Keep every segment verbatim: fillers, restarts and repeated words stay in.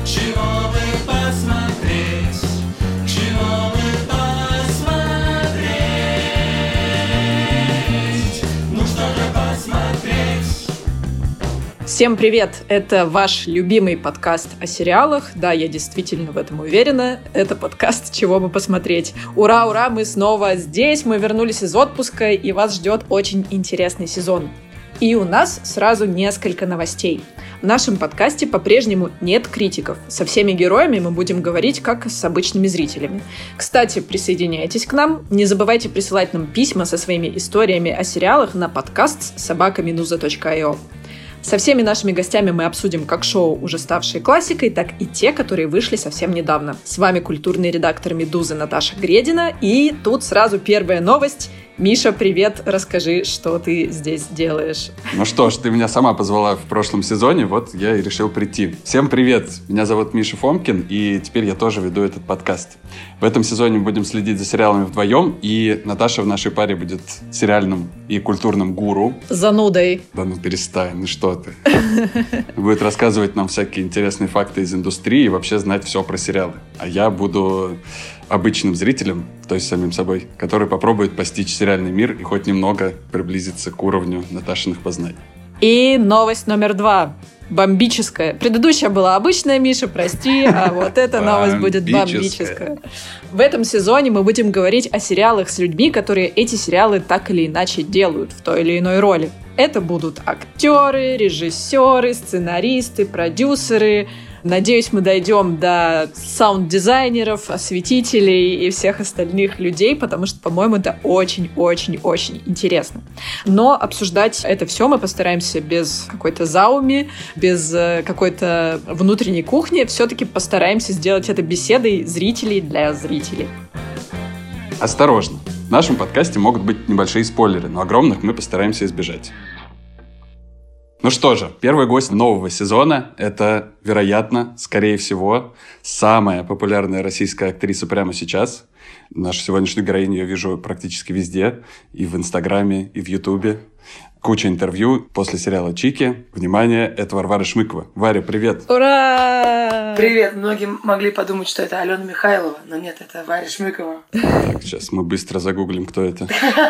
Чего бы посмотреть? Чего бы посмотреть? Ну что же посмотреть? Всем привет! Это ваш любимый подкаст о сериалах. Да, я действительно в этом уверена. Это подкаст «Чего бы посмотреть». Ура, ура! Мы снова здесь. Мы вернулись из отпуска, и вас ждет очень интересный сезон. И у нас сразу несколько новостей. В нашем подкасте по-прежнему нет критиков. Со всеми героями мы будем говорить как с обычными зрителями. Кстати, присоединяйтесь к нам. Не забывайте присылать нам письма со своими историями о сериалах на подкаст собака медуза точка ай о. Со всеми нашими гостями мы обсудим как шоу, уже ставшие классикой, так и те, которые вышли совсем недавно. С вами культурный редактор «Медузы» Наташа Гредина. И тут сразу первая новость. Миша, привет, расскажи, что ты здесь делаешь. Ну что ж, ты меня сама позвала в прошлом сезоне, вот я и решил прийти. Всем привет, меня зовут Миша Фомкин, и теперь я тоже веду этот подкаст. В этом сезоне мы будем следить за сериалами вдвоем, и Наташа в нашей паре будет сериальным и культурным гуру. Занудой. Да ну перестань, ну что ты. Будет рассказывать нам всякие интересные факты из индустрии и вообще знать все про сериалы. А я буду обычным зрителем, то есть самим собой, который попробует постичь сериальный мир и хоть немного приблизиться к уровню Наташиных познаний. И новость номер два. Бомбическая. Предыдущая была обычная, Миша, прости, а вот эта новость будет бомбическая. В этом сезоне мы будем говорить о сериалах с людьми, которые эти сериалы так или иначе делают в той или иной роли. Это будут актеры, режиссеры, сценаристы, продюсеры. Надеюсь, мы дойдем до саунд-дизайнеров, осветителей и всех остальных людей, потому что, по-моему, это очень-очень-очень интересно. Но обсуждать это все мы постараемся без какой-то зауми, без какой-то внутренней кухни. Все-таки постараемся сделать это беседой зрителей для зрителей. Осторожно! В нашем подкасте могут быть небольшие спойлеры, но огромных мы постараемся избежать. Ну что же, первый гость нового сезона – это, вероятно, скорее всего, самая популярная российская актриса прямо сейчас. Нашу сегодняшнюю героиню я вижу практически везде, и в Инстаграме, и в Ютубе. Куча интервью после сериала «Чики». Внимание, это Варвара Шмыкова. Варя, привет! Ура! Привет! Многие могли подумать, что это Алена Михайлова, но нет, это Варя Шмыкова. Так, сейчас мы быстро загуглим, кто это.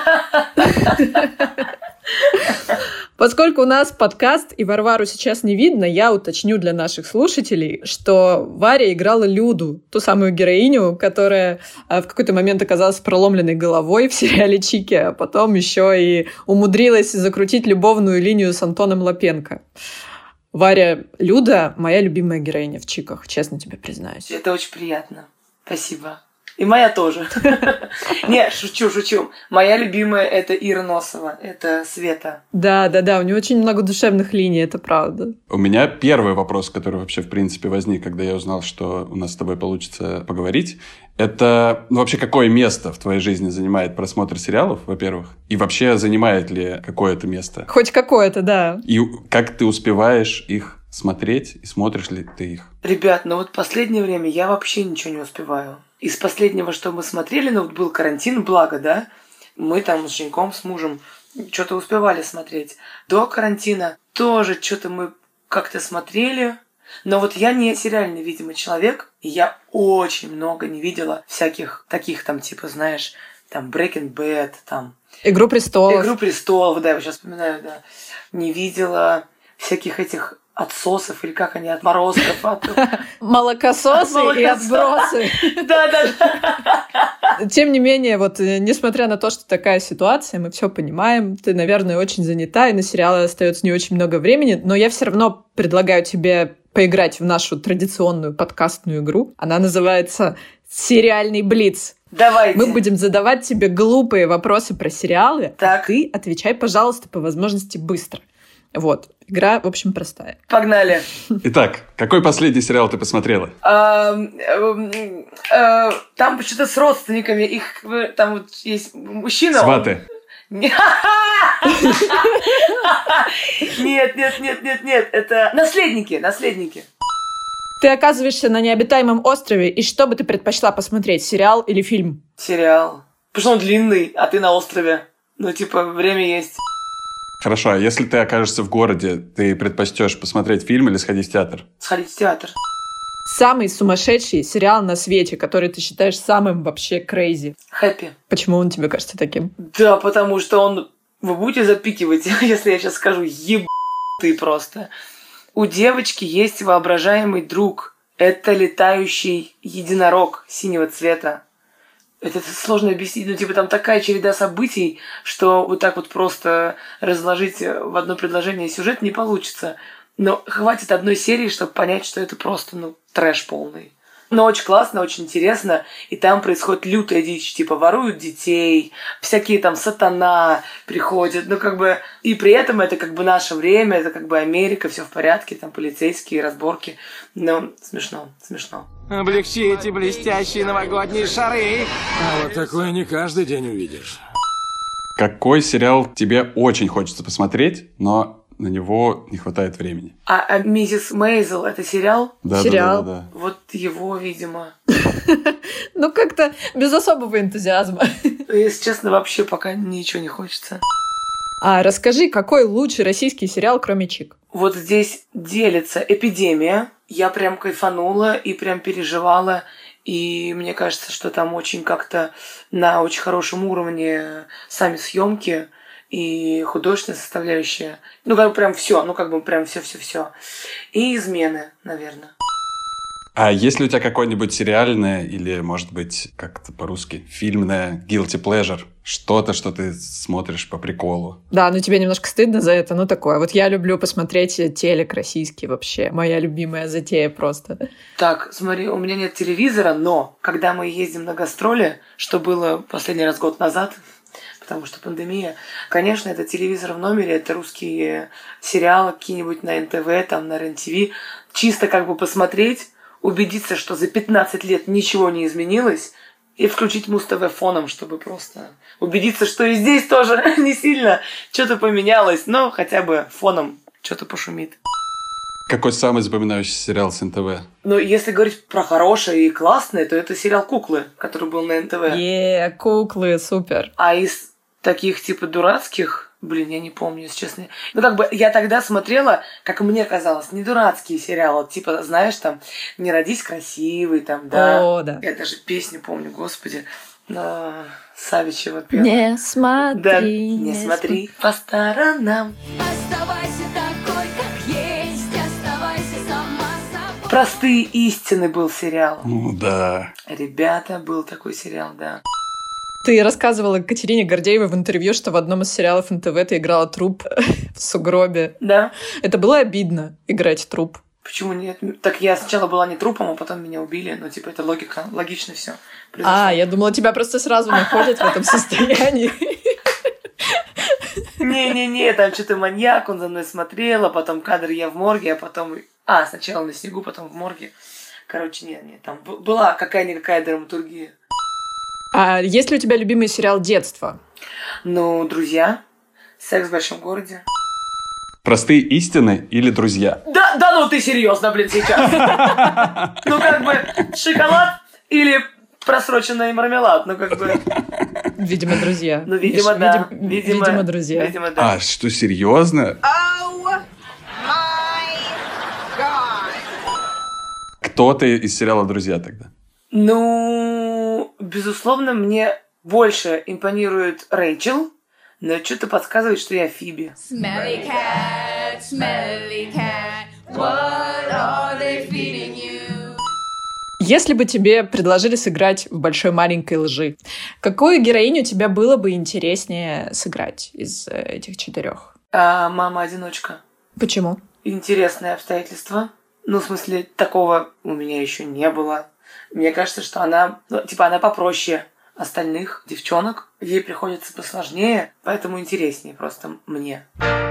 Поскольку у нас подкаст и Варвару сейчас не видно, я уточню для наших слушателей, что Варя играла Люду, ту самую героиню, которая в какой-то момент оказалась проломленной головой в сериале «Чики», а потом еще и умудрилась закрутить любовную линию с Антоном Лапенко. Варя, Люда — моя любимая героиня в «Чиках», честно тебе признаюсь. Это очень приятно. Спасибо. И моя тоже. Нет, шучу, шучу. Моя любимая — это Ира Носова, это Света. Да, да, да, у нее очень много душевных линий, это правда. У меня первый вопрос, который вообще в принципе возник, когда я узнал, что у нас с тобой получится поговорить, это ну, вообще какое место в твоей жизни занимает просмотр сериалов, во-первых, и вообще занимает ли какое-то место? Хоть какое-то, да. И как ты успеваешь их смотреть, и смотришь ли ты их? Ребят, ну вот последнее время я вообще ничего не успеваю. Из последнего, что мы смотрели, ну вот был карантин, благо, да, мы там с Женьком, с мужем что-то успевали смотреть. До карантина тоже что-то мы как-то смотрели. Но вот я не сериальный, видимо, человек, и я очень много не видела всяких таких там, типа, знаешь, там Breaking Bad, там... «Игру престолов». «Игру престолов», да, я сейчас вспоминаю, да. Не видела всяких этих... отсосов, или как они, отморозков. От... Молокососы от и отбросы. Да-да-да. Тем не менее, вот, несмотря на то, что такая ситуация, мы все понимаем, ты, наверное, очень занята, и на сериалы остается не очень много времени, но я все равно предлагаю тебе поиграть в нашу традиционную подкастную игру. Она называется «Сериальный блиц». Давайте. Мы будем задавать тебе глупые вопросы про сериалы, так. а ты отвечай, пожалуйста, по возможности быстро. Вот. Игра, в общем, простая. Погнали. Итак, какой последний сериал ты посмотрела? Там что-то с родственниками. Их там вот есть мужчина. «Сваты». Нет, нет, нет, нет, нет. Это «Наследники», «Наследники». Ты оказываешься на необитаемом острове, и что бы ты предпочла посмотреть, сериал или фильм? Сериал. Потому что он длинный, а ты на острове. Ну, типа, время есть. Хорошо, а если ты окажешься в городе, ты предпочтешь посмотреть фильм или сходить в театр? Сходить в театр. Самый сумасшедший сериал на свете, который ты считаешь самым вообще крейзи. Хэппи. Почему он тебе кажется таким? Да, потому что он... Вы будете запикивать, если я сейчас скажу еб ты просто. У девочки есть воображаемый друг. Это летающий единорог синего цвета. Это сложно объяснить, ну, типа, там такая череда событий, что вот так вот просто разложить в одно предложение сюжет не получится. Но хватит одной серии, чтобы понять, что это просто, ну, трэш полный. Но очень классно, очень интересно, и там происходит лютая дичь, типа воруют детей, всякие там сатана приходят, ну как бы, и при этом это как бы наше время, это как бы Америка, все в порядке, там полицейские разборки, но смешно, смешно. Облегчите блестящие новогодние шары. А вот такое не каждый день увидишь. Какой сериал тебе очень хочется посмотреть, но на него не хватает времени? А, а «Миссис Мейзел» — это сериал? Да, Сериал. Да, да, да, да. Вот его, видимо. Ну, как-то без особого энтузиазма. Если честно, вообще пока ничего не хочется. А расскажи, какой лучший российский сериал, кроме «Чик»? Вот здесь делится «Эпидемия». Я прям кайфанула и прям переживала. И мне кажется, что там очень как-то на очень хорошем уровне сами съемки и художественная составляющая. Ну, как бы прям все, ну, как бы прям все-все-все. И «Измены», наверное. А есть ли у тебя какое-нибудь сериальное или, может быть, как-то по-русски, фильмное guilty pleasure? Что-то, что ты смотришь по приколу? Да, ну тебе немножко стыдно за это, ну такое. Вот я люблю посмотреть телек российский вообще. Моя любимая затея просто. Так, смотри, у меня нет телевизора, но когда мы ездим на гастроли, что было последний раз год назад, потому что пандемия, конечно, это телевизор в номере, это русские сериалы какие-нибудь на эн тэ вэ, там на РЕН-ТВ. Чисто как бы посмотреть, убедиться, что за пятнадцать лет ничего не изменилось, и включить Муз-ТВ фоном, чтобы просто убедиться, что и здесь тоже не сильно что-то поменялось, но хотя бы фоном что-то пошумит. Какой самый запоминающийся сериал с эн тэ вэ? Но если говорить про хорошее и классное, то это сериал «Куклы», который был на эн тэ вэ. Е, куклы, супер. А из таких типа дурацких... Блин, я не помню, если честно. Ну, как бы я тогда смотрела, как мне казалось, не дурацкие сериалы. Типа, знаешь, там, «Не родись красивый», там, да. О, да. Я даже песню помню, господи. На Савичева пела. Не смотри. Да, не смотри по сторонам. Оставайся такой, как есть, оставайся сама собой. «Простые истины» был сериал. Ну да. Ребята, был такой сериал, да. Ты рассказывала Катерине Гордеевой в интервью, что в одном из сериалов эн тэ вэ ты играла труп в сугробе. Да. Это было обидно, играть труп? Почему нет? Так я сначала была не трупом, а потом меня убили. Ну, типа, это логика, логично все. А, я думала, тебя просто сразу находят в этом состоянии. Не-не-не, там что-то маньяк, он за мной смотрел, а потом кадр я в морге, а потом... А, сначала на снегу, потом в морге. Короче, нет, нет, там была какая-никакая драматургия. А есть ли у тебя любимый сериал детства? Ну, «Друзья», «Секс в большом городе». Простые истины или друзья? Да, да ну ты серьезно, блин, сейчас. Ну, как бы, шоколад или просроченный мармелад, ну, как бы... Видимо, друзья. Ну, видимо, да. Видимо, видимо, друзья. Видимо, да. А, что, серьезно? Кто ты из сериала «Друзья» тогда? Ну, безусловно, мне больше импонирует Рэйчел, но что-то подсказывает, что я Фиби. Smelly cat, smelly cat, what are they feeding you? Если бы тебе предложили сыграть в «Большой маленькой лжи», какую героиню тебе было бы интереснее сыграть из этих четырех? А мама-одиночка. Почему? Интересное обстоятельство. Ну, в смысле, такого у меня еще не было. Мне кажется, что она, ну, типа, она попроще остальных девчонок. Ей приходится посложнее, поэтому интереснее просто мне.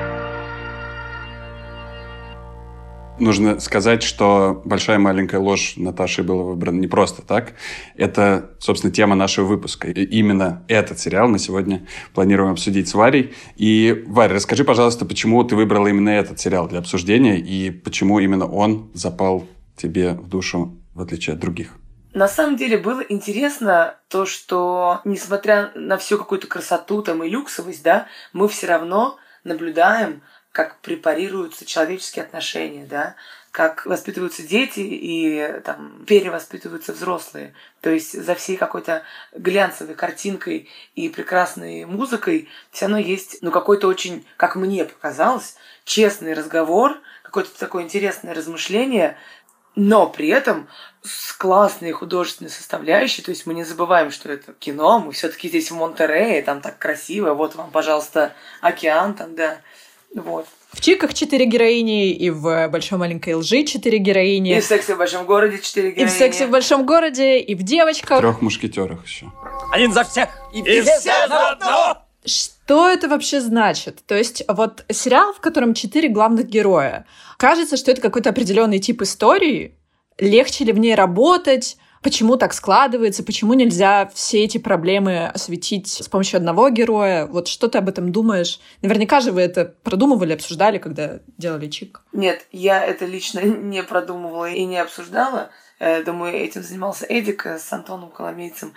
Нужно сказать, что «Большая маленькая ложь» Наташей была выбрана не просто так. Это, собственно, тема нашего выпуска. И именно этот сериал мы сегодня планируем обсудить с Варей. И, Варя, расскажи, пожалуйста, почему ты выбрала именно этот сериал для обсуждения и почему именно он запал тебе в душу, в отличие от других? На самом деле было интересно то, что, несмотря на всю какую-то красоту там и люксовость, да, мы все равно наблюдаем, как препарируются человеческие отношения, да. как воспитываются дети и там перевоспитываются взрослые. То есть за всей какой-то глянцевой картинкой и прекрасной музыкой все равно есть, ну, какой-то очень, как мне показалось, честный разговор, какое-то такое интересное размышление, но при этом с классной художественной составляющей. То есть мы не забываем, что это кино, мы все-таки здесь в Монтерее, там так красиво, вот вам, пожалуйста, океан там, да, вот. В «Чиках» четыре героини, и в «Большой маленькой лжи» четыре героини. И в «Сексе в большом городе» четыре героини. И в «Сексе в большом городе», и в «Девочках». В «Трех мушкетерах» еще. Один за всех и, и все за одного! Что это вообще значит? То есть вот сериал, в котором четыре главных героя. Кажется, что это какой-то определенный тип истории. Легче ли в ней работать? Почему так складывается? Почему нельзя все эти проблемы осветить с помощью одного героя? Вот что ты об этом думаешь? Наверняка же вы это продумывали, обсуждали, когда делали «Чик». Нет, я это лично не продумывала и не обсуждала. Думаю, этим занимался Эдик с Антоном Коломейцем.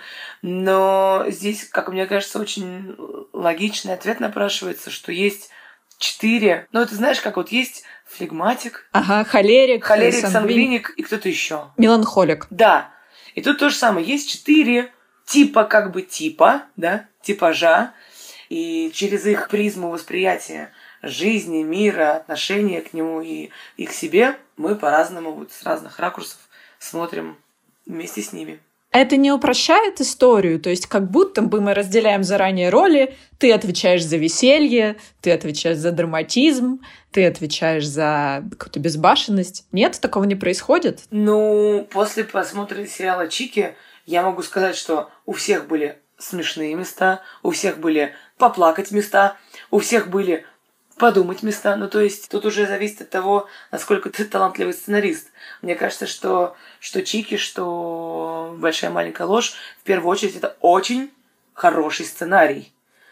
Но здесь, как мне кажется, очень логичный ответ напрашивается, что есть четыре... Ну, ты знаешь, как вот есть флегматик, ага, холерик, холерик, сангвиник, сангвиник и кто-то еще. Меланхолик. Да. И тут то же самое. Есть четыре типа, как бы типа, да, типажа. И через их призму восприятия жизни, мира, отношения к нему и, и к себе мы по-разному, вот с разных ракурсов смотрим вместе с ними. Это не упрощает историю? То есть как будто бы мы разделяем заранее роли. Ты отвечаешь за веселье, ты отвечаешь за драматизм, ты отвечаешь за какую-то безбашенность. Нет, такого не происходит? Ну, после просмотра сериала «Чики» я могу сказать, что у всех были смешные места, у всех были поплакать места, у всех были подумать места. Ну, то есть тут уже зависит от того, насколько ты талантливый сценарист. Мне кажется, что, что «Чики», что «Большая маленькая ложь» в первую очередь это очень хороший сценарий.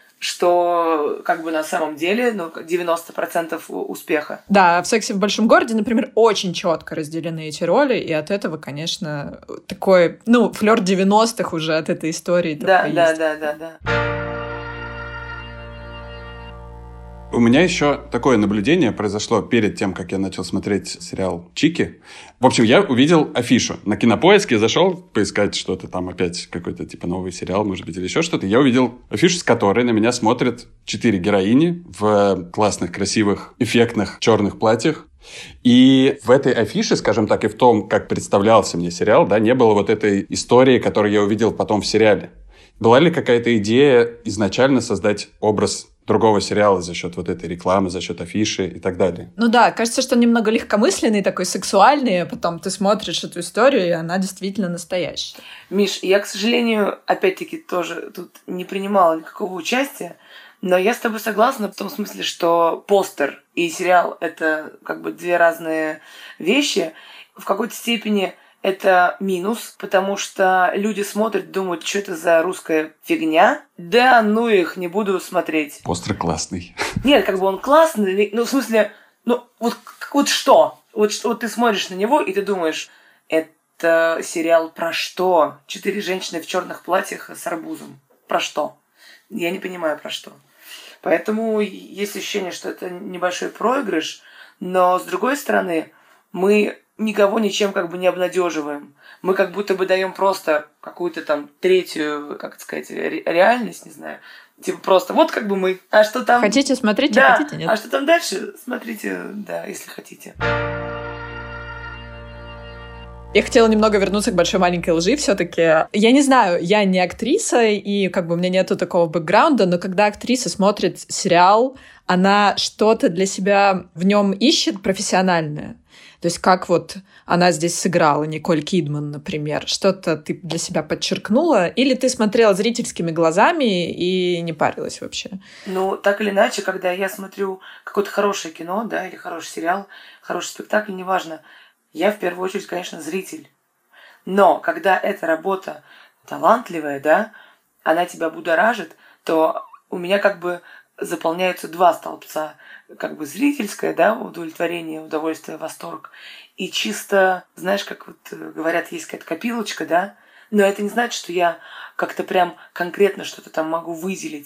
Что как бы на самом деле ну, девяносто процентов успеха. Да, в «Сексе в большом городе», например, очень четко разделены эти роли, и от этого, конечно, такой, ну, флёр девяностых уже от этой истории. Да, да, есть. да, да, да. У меня еще такое наблюдение произошло перед тем, как я начал смотреть сериал «Чики». В общем, я увидел афишу. На Кинопоиске зашел поискать что-то там опять, какой-то типа новый сериал, может быть, или еще что-то. Я увидел афишу, с которой на меня смотрят четыре героини в классных, красивых, эффектных черных платьях. И в этой афише, скажем так, и в том, как представлялся мне сериал, да, не было вот этой истории, которую я увидел потом в сериале. Была ли какая-то идея изначально создать образ другого сериала за счет вот этой рекламы, за счет афиши и так далее? Ну да, кажется, что он немного легкомысленный, такой сексуальный, а потом ты смотришь эту историю, и она действительно настоящая. Миш, я, к сожалению, опять-таки тоже тут не принимала никакого участия, но я с тобой согласна в том смысле, что постер и сериал — это как бы две разные вещи. В какой-то степени это минус, потому что люди смотрят, думают, что это за русская фигня. Да, ну их, не буду смотреть. Постер классный. Нет, как бы он классный, ну, в смысле, ну, вот, вот что? Вот, что, вот ты смотришь на него, и ты думаешь, это сериал про что? Четыре женщины в черных платьях с арбузом. Про что? Я не понимаю, про что. Поэтому есть ощущение, что это небольшой проигрыш, но, с другой стороны, мы никого ничем как бы не обнадеживаем. Мы как будто бы даем просто какую-то там третью, как это сказать, ре- реальность, не знаю. Типа просто вот как бы мы. А что там? Хотите, смотрите, да. хотите, нет. А что там дальше? Смотрите, да, если хотите. Я хотела немного вернуться к «Большой маленькой лжи» все-таки. Я не знаю, я не актриса, и как бы у меня нету такого бэкграунда, но когда актриса смотрит сериал, она что-то для себя в нем ищет профессиональное. То есть как вот она здесь сыграла, Николь Кидман, например. Что-то ты для себя подчеркнула? Или ты смотрела зрительскими глазами и не парилась вообще? Ну, так или иначе, когда я смотрю какое-то хорошее кино, да, или хороший сериал, хороший спектакль, неважно, я в первую очередь, конечно, зритель. Но когда эта работа талантливая, да, она тебя будоражит, то у меня как бы заполняются два столбца. Как бы зрительское, да, удовлетворение, удовольствие, восторг. И чисто, знаешь, как вот говорят, есть какая-то копилочка, да, но это не значит, что я как-то прям конкретно что-то там могу выделить.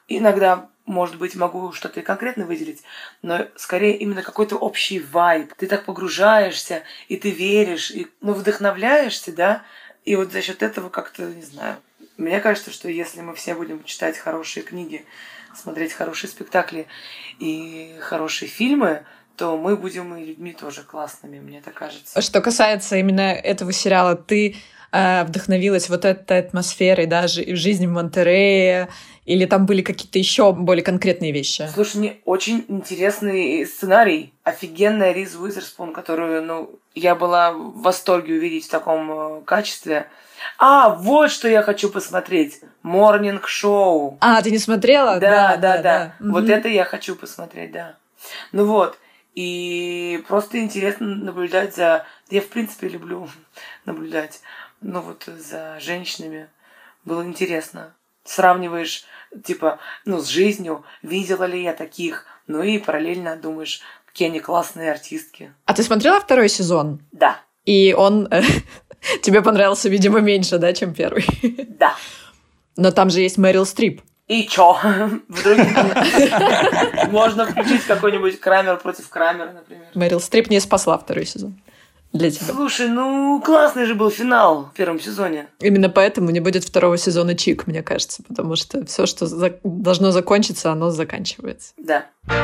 Иногда, может быть, могу что-то и конкретно выделить, но скорее именно какой-то общий вайб. Ты так погружаешься, и ты веришь, и, ну, вдохновляешься, да, и вот за счет этого как-то, не знаю. Мне кажется, что если мы все будем читать хорошие книги, смотреть хорошие спектакли и хорошие фильмы, то мы будем и людьми тоже классными, мне так кажется. Что касается именно этого сериала, ты э, вдохновилась вот этой атмосферой, даже и в жизни в Монтерее, или там были какие-то еще более конкретные вещи? Слушай, мне очень интересный сценарий. Офигенная Риз Уизерспун, которую, ну, я была в восторге увидеть в таком э, качестве. А, вот что я хочу посмотреть. Морнинг Шоу. А, ты не смотрела? Да, да, да. да. да. Вот угу. это я хочу посмотреть, да. Ну вот. И просто интересно наблюдать за... Я, в принципе, люблю наблюдать. Ну вот за женщинами. Было интересно. Сравниваешь, типа, ну, с жизнью. Видела ли я таких? Ну и параллельно думаешь, какие они классные артистки. А ты смотрела второй сезон? Да. И он... Тебе понравился, видимо, меньше, да, чем первый? Да. Но там же есть Мэрил Стрип. И чё? Вдруг можно включить какой-нибудь Крамер против Крамера, например. Мэрил Стрип не спасла второй сезон. Для тебя. Слушай, ну классный же был финал в первом сезоне. Именно поэтому не будет второго сезона Чик, мне кажется, потому что все, что за... должно закончиться, оно заканчивается. Да.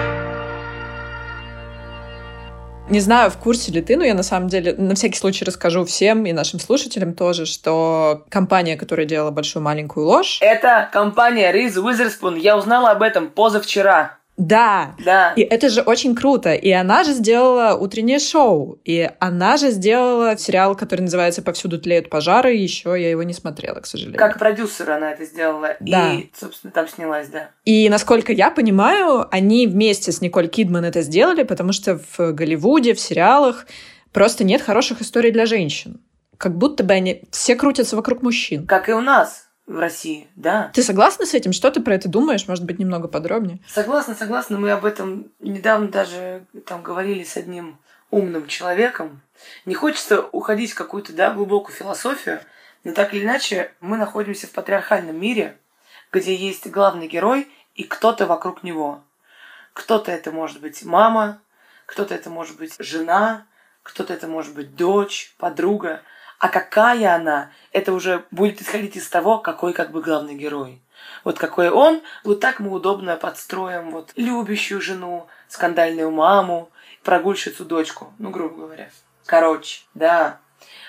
Не знаю, в курсе ли ты, но я на самом деле на всякий случай расскажу всем и нашим слушателям тоже, что компания, которая делала «Большую маленькую ложь». Это компания Риз Уизерспун. Я узнала об этом позавчера. Да. Да. И это же очень круто. И она же сделала утреннее шоу. И она же сделала сериал, который называется «Повсюду тлеют пожары». Еще я его не смотрела, к сожалению. Как продюсер она это сделала. Да. И, собственно, там снялась, да. И, насколько я понимаю, они вместе с Николь Кидман это сделали, потому что в Голливуде, в сериалах просто нет хороших историй для женщин. Как будто бы они все крутятся вокруг мужчин. Как и у нас в России, да. Ты согласна с этим? Что ты про это думаешь? Может быть, немного подробнее? Согласна, согласна. Мы об этом недавно даже там говорили с одним умным человеком. Не хочется уходить в какую-то, да, глубокую философию, но так или иначе мы находимся в патриархальном мире, где есть главный герой и кто-то вокруг него. Кто-то это может быть мама, кто-то это может быть жена, кто-то это может быть дочь, подруга. А какая она, это уже будет исходить из того, какой как бы главный герой. Вот какой он, вот так мы удобно подстроим вот любящую жену, скандальную маму, прогульщицу дочку, ну, грубо говоря. Короче, да,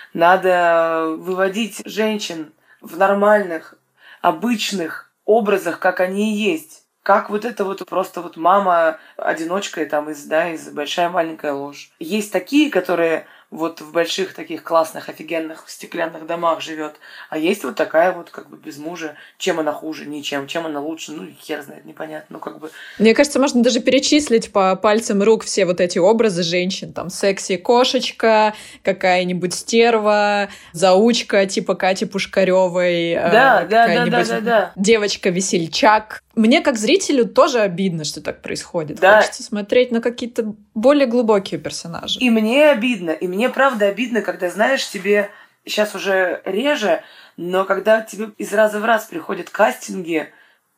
надо выводить женщин в нормальных, обычных образах, как они и есть. Как вот это вот просто вот мама-одиночка там из, да, из «Большая маленькая ложь». Есть такие, которые вот в больших таких классных, офигенных стеклянных домах живет, а есть вот такая вот как бы без мужа. Чем она хуже? Ничем. Чем она лучше? Ну, хер знает, непонятно. Ну, как бы... Мне кажется, можно даже перечислить по пальцам рук все вот эти образы женщин. Там секси-кошечка, какая-нибудь стерва, заучка типа Кати Пушкаревой. Да, э, да, да, да, да, да. Девочка-весельчак. Мне, как зрителю, тоже обидно, что так происходит. Да. Хочется смотреть на какие-то более глубокие персонажи. И мне обидно, и мне правда обидно, когда, знаешь, тебе сейчас уже реже, но когда тебе из раза в раз приходят кастинги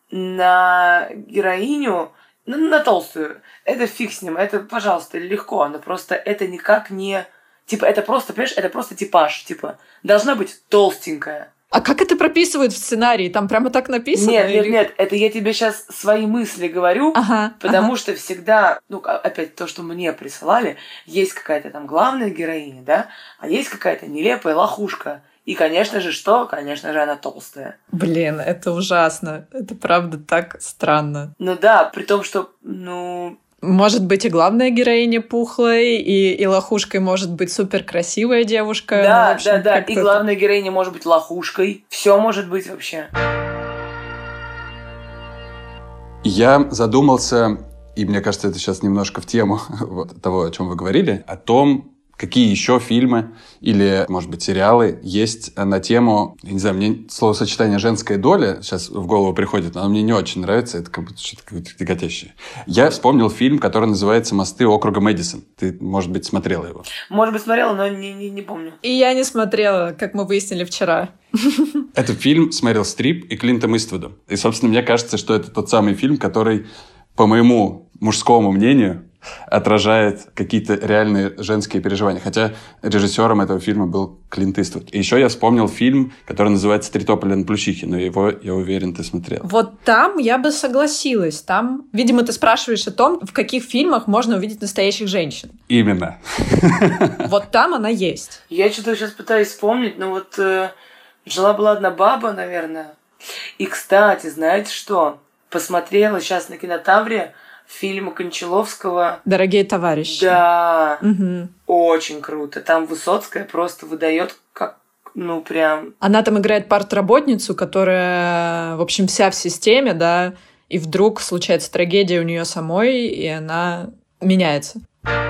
на героиню, ну, на толстую, это фиг с ним, это, пожалуйста, легко, но просто это никак не... Типа, это просто, понимаешь, это просто типаж, типа, должна быть толстенькая. А как это прописывают в сценарии? Там прямо так написано? Нет, нет, или... нет, это я тебе сейчас свои мысли говорю, ага, потому ага. что всегда, ну, опять то, что мне присылали, есть какая-то там главная героиня, да, а есть какая-то нелепая лохушка. И, конечно же, что? Конечно же, она толстая. Блин, это ужасно. Это правда так странно. Ну да, при том, что, ну... Может быть, и главная героиня пухлая, и, и лохушкой может быть суперкрасивая девушка. Да, ну, в общем, да, да. как-то... И главная героиня может быть лохушкой. Все может быть вообще. Я задумался, и мне кажется, это сейчас немножко в тему вот того, о чем вы говорили, о том, Какие еще фильмы или, может быть, сериалы есть на тему, я не знаю, мне словосочетание «женская доля» сейчас в голову приходит, но оно мне не очень нравится, это как будто что-то какое-то тяготящее. Я вспомнил фильм, который называется «Мосты округа Мэдисон». Ты, может быть, смотрела его? Может быть, смотрела, но не, не, не помню. И я не смотрела, как мы выяснили вчера. Это фильм с Мэрил Стрип и Клинтом Иствудом. И, собственно, мне кажется, что это тот самый фильм, который, по моему мужскому мнению, отражает какие-то реальные женские переживания. Хотя режиссером этого фильма был Клинт Иствуд. И еще я вспомнил фильм, который называется «Три тополя на плющихе», но его, я уверен, ты смотрел. Вот там я бы согласилась. Там, видимо, ты спрашиваешь о том, в каких фильмах можно увидеть настоящих женщин. Именно. Вот там она есть. Я что-то сейчас пытаюсь вспомнить, но вот э, жила-была одна баба, наверное. И, кстати, знаете что? Посмотрела сейчас на Кинотавре фильм Кончаловского «Дорогие товарищи». Да, Угу. очень круто. Там Высоцкая просто выдает как, ну, прям... Она там играет партработницу, которая, в общем, вся в системе, да, и вдруг случается трагедия у нее самой, и она меняется.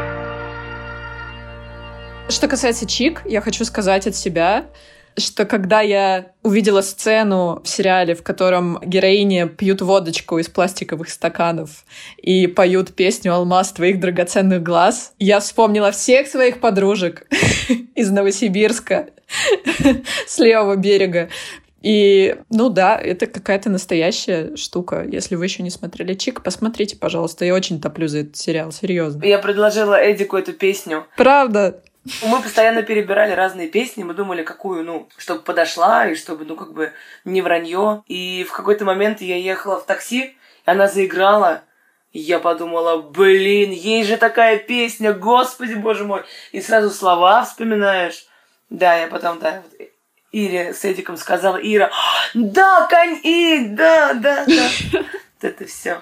Что касается чик, я хочу сказать от себя, что когда я увидела сцену в сериале, в котором героини пьют водочку из пластиковых стаканов и поют песню «Алмаз твоих драгоценных глаз», я вспомнила всех своих подружек из Новосибирска, с левого берега. И, ну да, это какая-то настоящая штука. Если вы еще не смотрели «Чик», посмотрите, пожалуйста. Я очень топлю за этот сериал, серьезно. Я предложила Эдику эту песню. Правда? Мы постоянно перебирали разные песни, мы думали, какую, ну, чтобы подошла, и чтобы, ну, как бы не вранье. И в какой-то момент я ехала в такси, и она заиграла, и я подумала, блин, есть же такая песня, господи, боже мой. И сразу слова вспоминаешь. Да, я потом, да, вот Ире с Эдиком сказала, Ира, да, конь, и, да, да, да. Вот это все.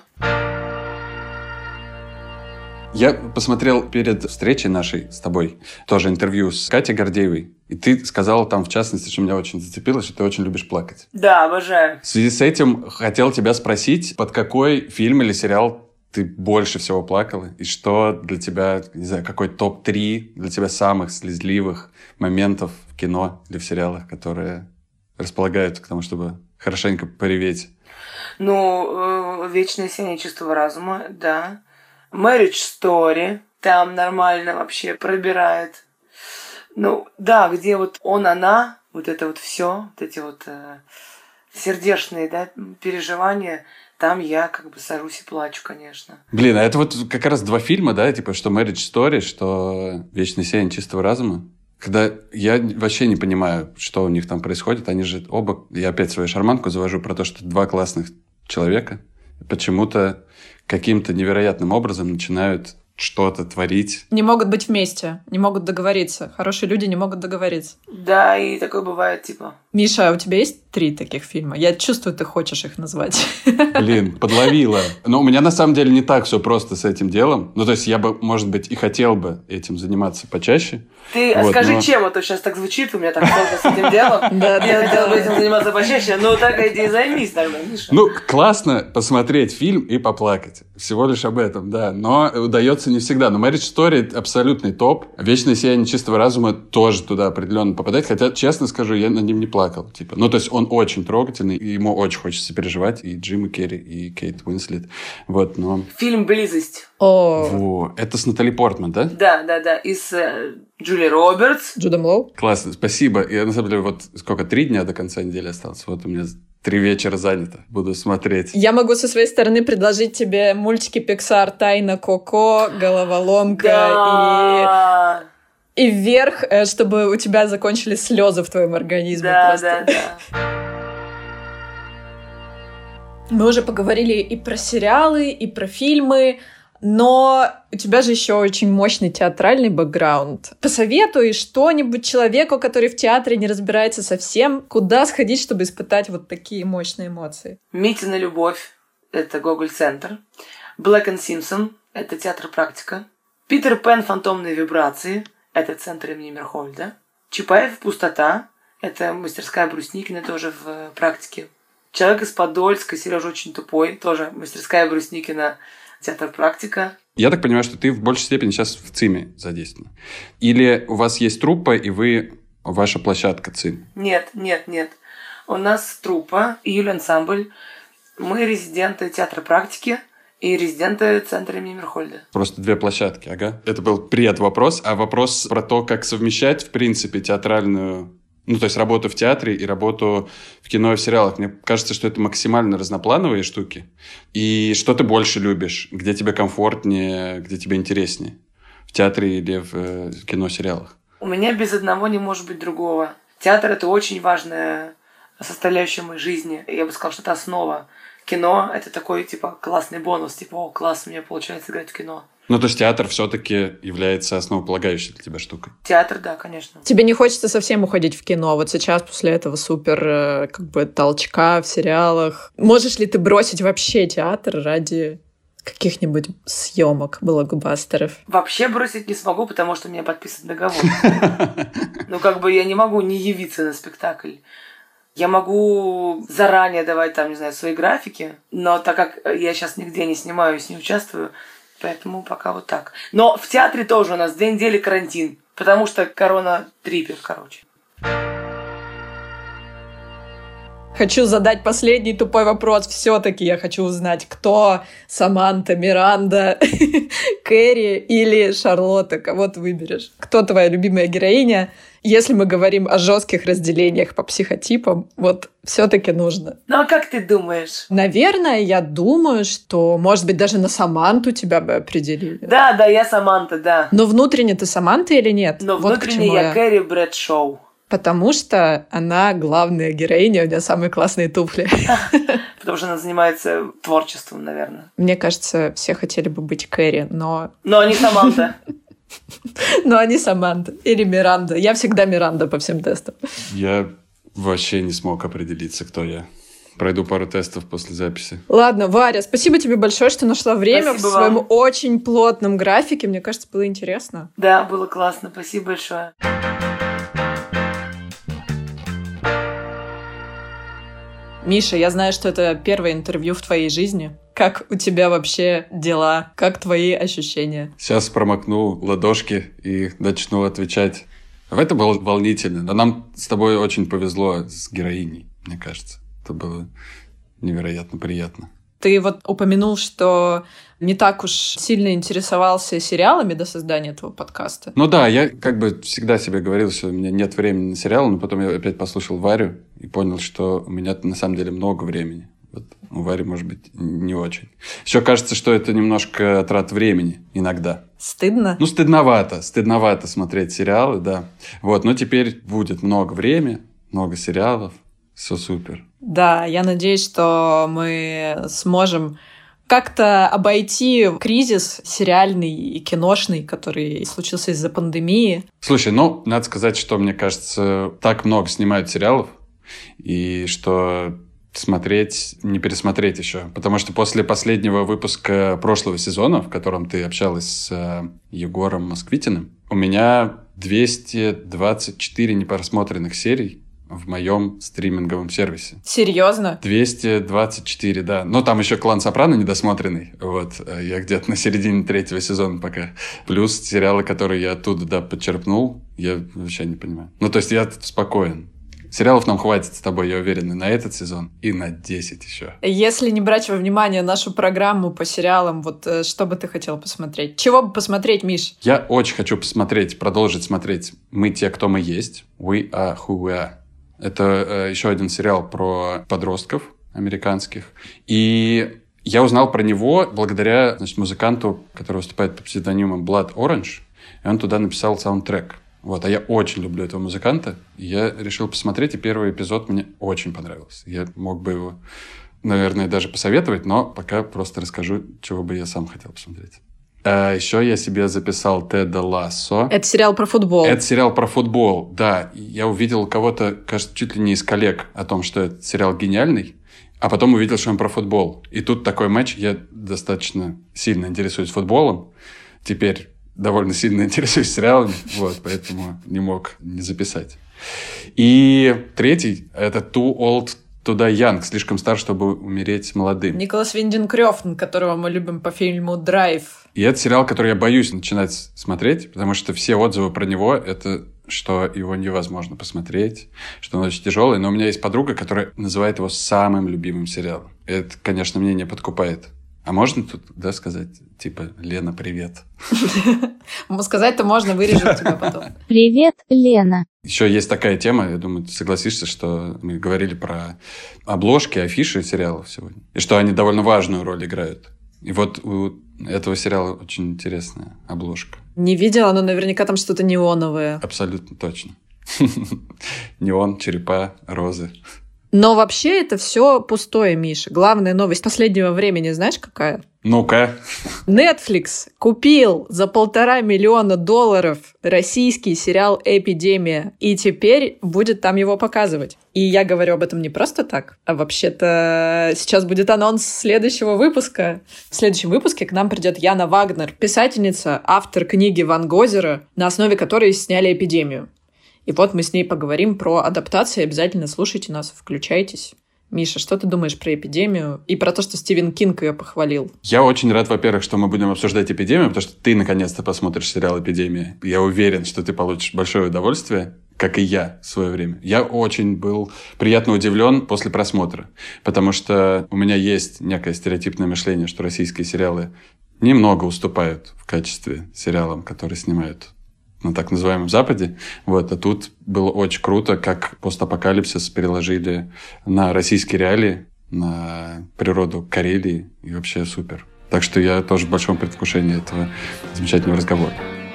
Я посмотрел перед встречей нашей с тобой тоже интервью с Катей Гордеевой. И ты сказала там, в частности, что меня очень зацепило, что ты очень любишь плакать. Да, обожаю. В связи с этим хотел тебя спросить, под какой фильм или сериал ты больше всего плакала? И что для тебя, не знаю, какой топ три для тебя самых слезливых моментов в кино или в сериалах, которые располагают к тому, чтобы хорошенько пореветь? Ну, э, «Вечное сияние чистого разума», да. Marriage Story, там нормально вообще пробирает. Ну, да, где вот он, она, вот это вот все, вот эти вот э, сердечные, да, переживания, там я как бы сажусь и плачу, конечно. Блин, а это вот как раз два фильма, да, типа, что Marriage Story, что «Вечное сияние чистого разума». Когда я вообще не понимаю, что у них там происходит, они же оба, я опять свою шарманку завожу про то, что два классных человека почему-то каким-то невероятным образом начинают что-то творить. Не могут быть вместе, не могут договориться. Хорошие люди не могут договориться. Да, и такое бывает, типа. Миша, а у тебя есть три таких фильма? Я чувствую, ты хочешь их назвать. Блин, подловила. Но у меня на самом деле не так все просто с этим делом. Ну, то есть я бы, может быть, и хотел бы этим заниматься почаще. Ты Вот, скажи, но... чем, а то сейчас так звучит, у меня так сложно с этим делом. Да, Я да, хотела да. бы этим заниматься почаще, но так иди и займись тогда, Миша. Ну, классно посмотреть фильм и поплакать. Всего лишь об этом, да. Но удается не всегда. Но Marriage Story — абсолютный топ. «Вечное сияние чистого разума» тоже туда определенно попадает. Хотя, честно скажу, я над ним не плакал. Типа. Ну, то есть он очень трогательный, и ему очень хочется переживать. И Джима Керри, и Кейт Уинслет. Вот, но... Фильм «Близость». О, Во. Это с Натали Портман, да? Да, да, да. И с э, Джули Робертс. Джудом Лоу. Классно, спасибо. Я, на самом деле, вот сколько, три дня до конца недели осталось. Вот у меня три вечера занято. Буду смотреть. Я могу со своей стороны предложить тебе мультики Pixar «Тайна Коко», «Головоломка» Да. и... и вверх, э, чтобы у тебя закончились слезы в твоем организме. Да, просто. да, да. Мы уже поговорили и про сериалы, и про фильмы, но у тебя же еще очень мощный театральный бэкграунд. Посоветуй что-нибудь человеку, который в театре не разбирается совсем, куда сходить, чтобы испытать вот такие мощные эмоции? «Митина любовь» — это Гоголь-центр. «Блэк энд Симпсон» — это театр «Практика». «Питер Пен. Фантомные вибрации» — это центр имени Мерхольда. «Чапаев. Пустота» — это мастерская Брусникина, тоже в «Практике». «Человек из Подольска», Сережа очень тупой, тоже мастерская Брусникина театр «Практика». Я так понимаю, что ты в большей степени сейчас в ЦИМе задействована. Или у вас есть труппа, и вы, ваша площадка ЦИМ? Нет, нет, нет. У нас труппа, июль ансамбль. Мы резиденты театра «Практики» и резиденты центра имени Мирхольда. Просто две площадки, ага. Это был пред-вопрос, а вопрос про то, как совмещать, в принципе, театральную... Ну, то есть работу в театре и работу в кино и в сериалах. Мне кажется, что это максимально разноплановые штуки. И что ты больше любишь? Где тебе комфортнее, где тебе интереснее? В театре или в, э, в кино, сериалах? У меня без одного не может быть другого. Театр – это очень важная составляющая моей жизни. Я бы сказала, что это основа. Кино – это такой, типа, классный бонус. Типа, о, класс, у меня получается играть в кино. Ну, то есть театр все-таки является основополагающей для тебя штукой? Театр, да, конечно. Тебе не хочется совсем уходить в кино? Вот сейчас после этого супер э, как бы толчка в сериалах. Можешь ли ты бросить вообще театр ради каких-нибудь съемок блокбастеров? Вообще бросить не смогу, потому что у меня подписан договор. Ну, как бы я не могу не явиться на спектакль. Я могу заранее давать там, не знаю, свои графики, но так как я сейчас нигде не снимаюсь, не участвую, поэтому пока вот так. Но в театре тоже у нас две недели карантин, потому что корона-трипер, короче. Хочу задать последний тупой вопрос. Все-таки я хочу узнать, кто Саманта, Миранда, Кэрри или Шарлотта. Кого ты выберешь? Кто твоя любимая героиня? Если мы говорим о жестких разделениях по психотипам, вот все-таки нужно. Ну а как ты думаешь? Наверное, я думаю, что, может быть, даже на Саманту тебя бы определили. Да, да, я Саманта, да. Но внутренне ты Саманта или нет? Но Вот внутренне я, я Кэрри Брэдшоу. Потому что она главная героиня, у нее самые классные туфли. Потому что она занимается творчеством, наверное. Мне кажется, все хотели бы быть Кэрри, но... Но не Саманта. Но они Саманта или Миранда. Я всегда Миранда по всем тестам. Я вообще не смог определиться, кто я. Пройду пару тестов после записи. Ладно, Варя, спасибо тебе большое, что нашла время спасибо в своем вам. очень плотном графике. Мне кажется, было интересно. Да, было классно. Спасибо большое. Миша, я знаю, что это первое интервью в твоей жизни. Как у тебя вообще дела? Как твои ощущения? Сейчас промокну ладошки и начну отвечать. Это было волнительно. Но нам с тобой очень повезло с героиней, мне кажется. Это было невероятно приятно. Ты вот упомянул, что не так уж сильно интересовался сериалами до создания этого подкаста. Ну да, я как бы всегда себе говорил, что у меня нет времени на сериалы, но потом я опять послушал Варю и понял, что у меня на самом деле много времени. Вот у Вари, может быть, не очень. Еще кажется, что это немножко трат времени иногда. Стыдно? Ну, стыдновато. Стыдновато смотреть сериалы, да. Вот, но теперь будет много времени, много сериалов. Все супер. Да, я надеюсь, что мы сможем как-то обойти кризис сериальный и киношный, который случился из-за пандемии. Слушай, ну, надо сказать, что, мне кажется, так много снимают сериалов, и что смотреть, не пересмотреть еще. Потому что после последнего выпуска прошлого сезона, в котором ты общалась с Егором Москвитиным, у меня двести двадцать четыре непросмотренных серий в моем стриминговом сервисе. Серьезно? двести двадцать четыре, да. Но там еще «Клан Сопрано» недосмотренный. Вот. Я где-то на середине третьего сезона пока. Плюс сериалы, которые я оттуда, да, подчерпнул, я вообще не понимаю. Ну, то есть я спокоен. Сериалов нам хватит с тобой, я уверен, и на этот сезон, и на десять еще. Если не брать во внимание нашу программу по сериалам, вот что бы ты хотел посмотреть? Чего бы посмотреть, Миш? Я очень хочу посмотреть, продолжить смотреть «Мы те, кто мы есть». We are who we are. Это э, еще один сериал про подростков американских. И я узнал про него благодаря, значит, музыканту, который выступает под псевдонимом Blood Orange. И он туда написал саундтрек. Вот. А я очень люблю этого музыканта. И я решил посмотреть, и первый эпизод мне очень понравился. Я мог бы его, наверное, даже посоветовать, но пока просто расскажу, чего бы я сам хотел посмотреть. А еще я себе записал Теда Лассо. Это сериал про футбол. Это сериал про футбол, да. Я увидел у кого-то, кажется, чуть ли не из коллег о том, что этот сериал гениальный, а потом увидел, что он про футбол. И тут такой матч. Я достаточно сильно интересуюсь футболом. Теперь довольно сильно интересуюсь сериалами, вот, поэтому не мог не записать. И третий – это Too Old туда Янг, слишком стар, чтобы умереть молодым. Николас Виндинг Рёфн, которого мы любим по фильму «Драйв». И это сериал, который я боюсь начинать смотреть, потому что все отзывы про него — это что его невозможно посмотреть, что он очень тяжелый. Но у меня есть подруга, которая называет его самым любимым сериалом. И это, конечно, мне не подкупает. А можно тут, да, сказать, типа, Лена, привет? Сказать-то можно, вырежу тебя потом. Привет, Лена. Еще есть такая тема, я думаю, ты согласишься, что мы говорили про обложки, афиши сериалов сегодня, и что они довольно важную роль играют. И вот у этого сериала очень интересная обложка. Не видела, но наверняка там что-то неоновое. Абсолютно точно. Неон, черепа, розы. Но вообще это все пустое, Миша. Главная новость последнего времени, знаешь, какая? Ну-ка. Netflix купил за полтора миллиона долларов российский сериал «Эпидемия», и теперь будет там его показывать. И я говорю об этом не просто так, а вообще-то сейчас будет анонс следующего выпуска. В следующем выпуске к нам придет Яна Вагнер, писательница, автор книги Ван Гозера, на основе которой сняли «Эпидемию». И вот мы с ней поговорим про адаптацию. Обязательно слушайте нас, включайтесь. Миша, что ты думаешь про «Эпидемию» и про то, что Стивен Кинг ее похвалил? Я очень рад, во-первых, что мы будем обсуждать «Эпидемию», потому что ты наконец-то посмотришь сериал «Эпидемия». Я уверен, что ты получишь большое удовольствие, как и я в свое время. Я очень был приятно удивлен после просмотра, потому что у меня есть некое стереотипное мышление, что российские сериалы немного уступают в качестве сериалам, которые снимают на так называемом Западе. Вот. А тут было очень круто, как постапокалипсис переложили на российские реалии, на природу Карелии. И вообще супер. Так что я тоже в большом предвкушении этого замечательного разговора.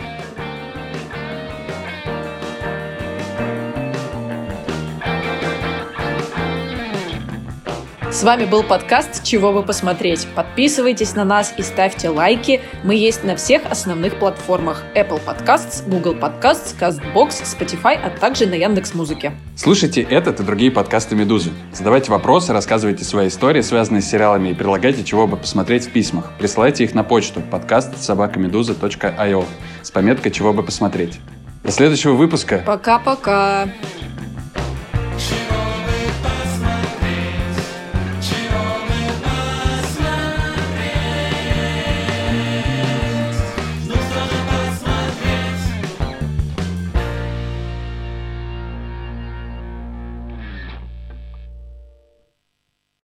С вами был подкаст «Чего бы посмотреть». Подписывайтесь на нас и ставьте лайки. Мы есть на всех основных платформах: Apple Podcasts, Google Podcasts, CastBox, Spotify, а также на Яндекс.Музыке. Слушайте этот и другие подкасты «Медузы». Задавайте вопросы, рассказывайте свои истории, связанные с сериалами, и предлагайте, чего бы посмотреть в письмах. Присылайте их на почту подкаст собака медуза точка ай о с пометкой «Чего бы посмотреть». До следующего выпуска. Пока-пока.